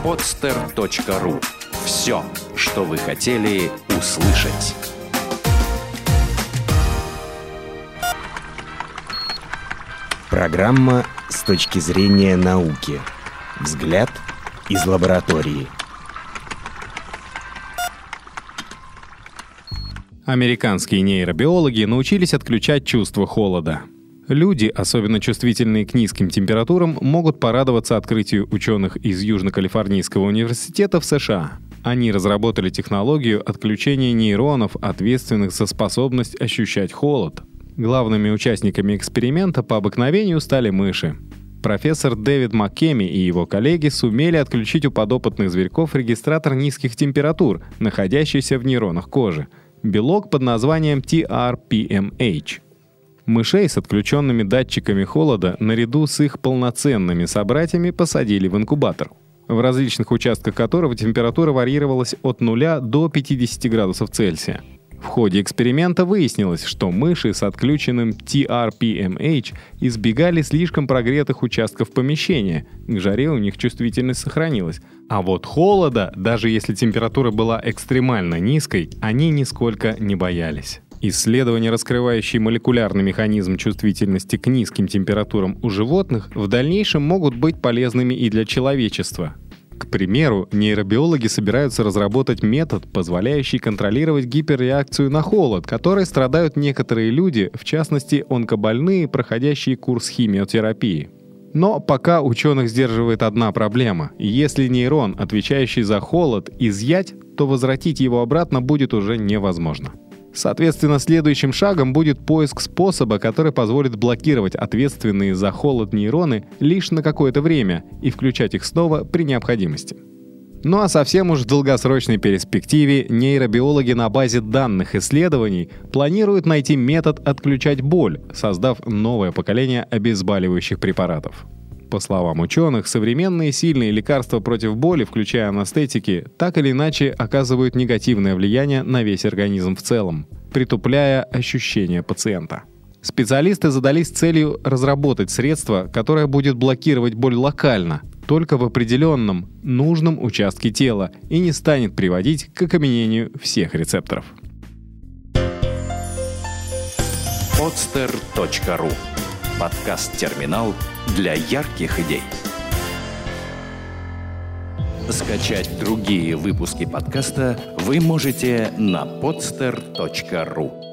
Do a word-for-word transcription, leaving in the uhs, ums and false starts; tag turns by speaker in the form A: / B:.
A: подстер точка ру. Все, что вы хотели услышать.
B: Программа «С точки зрения науки». Взгляд из лаборатории.
C: Американские нейробиологи научились отключать чувство холода. Люди, особенно чувствительные к низким температурам, могут порадоваться открытию ученых из Южно-Калифорнийского университета в США. Они разработали технологию отключения нейронов, ответственных за способность ощущать холод. Главными участниками эксперимента по обыкновению стали мыши. Профессор Дэвид МакКеми и его коллеги сумели отключить у подопытных зверьков регистратор низких температур, находящийся в нейронах кожи. Белок под названием ти ар пи эм эйч. Мышей с отключенными датчиками холода наряду с их полноценными собратьями посадили в инкубатор, в различных участках которого температура варьировалась от нуля до пятидесяти градусов Цельсия. В ходе эксперимента выяснилось, что мыши с отключенным ти ар пи эм эйч избегали слишком прогретых участков помещения, к жаре у них чувствительность сохранилась. А вот холода, даже если температура была экстремально низкой, они нисколько не боялись. Исследования, раскрывающие молекулярный механизм чувствительности к низким температурам у животных, в дальнейшем могут быть полезными и для человечества. К примеру, нейробиологи собираются разработать метод, позволяющий контролировать гиперреакцию на холод, которой страдают некоторые люди, в частности, онкобольные, проходящие курс химиотерапии. Но пока ученых сдерживает одна проблема. Если нейрон, отвечающий за холод, изъять, то возвратить его обратно будет уже невозможно. Соответственно, следующим шагом будет поиск способа, который позволит блокировать ответственные за холод нейроны лишь на какое-то время и включать их снова при необходимости. Ну а совсем уж в долгосрочной перспективе нейробиологи на базе данных исследований планируют найти метод отключать боль, создав новое поколение обезболивающих препаратов. По словам ученых, современные сильные лекарства против боли, включая анестетики, так или иначе оказывают негативное влияние на весь организм в целом, притупляя ощущения пациента. Специалисты задались целью разработать средство, которое будет блокировать боль локально, только в определенном, нужном участке тела и не станет приводить к окаменению всех рецепторов.
A: подстер точка ру. Подкаст-терминал для ярких идей. Скачать другие выпуски подкаста вы можете на подстер точка ру.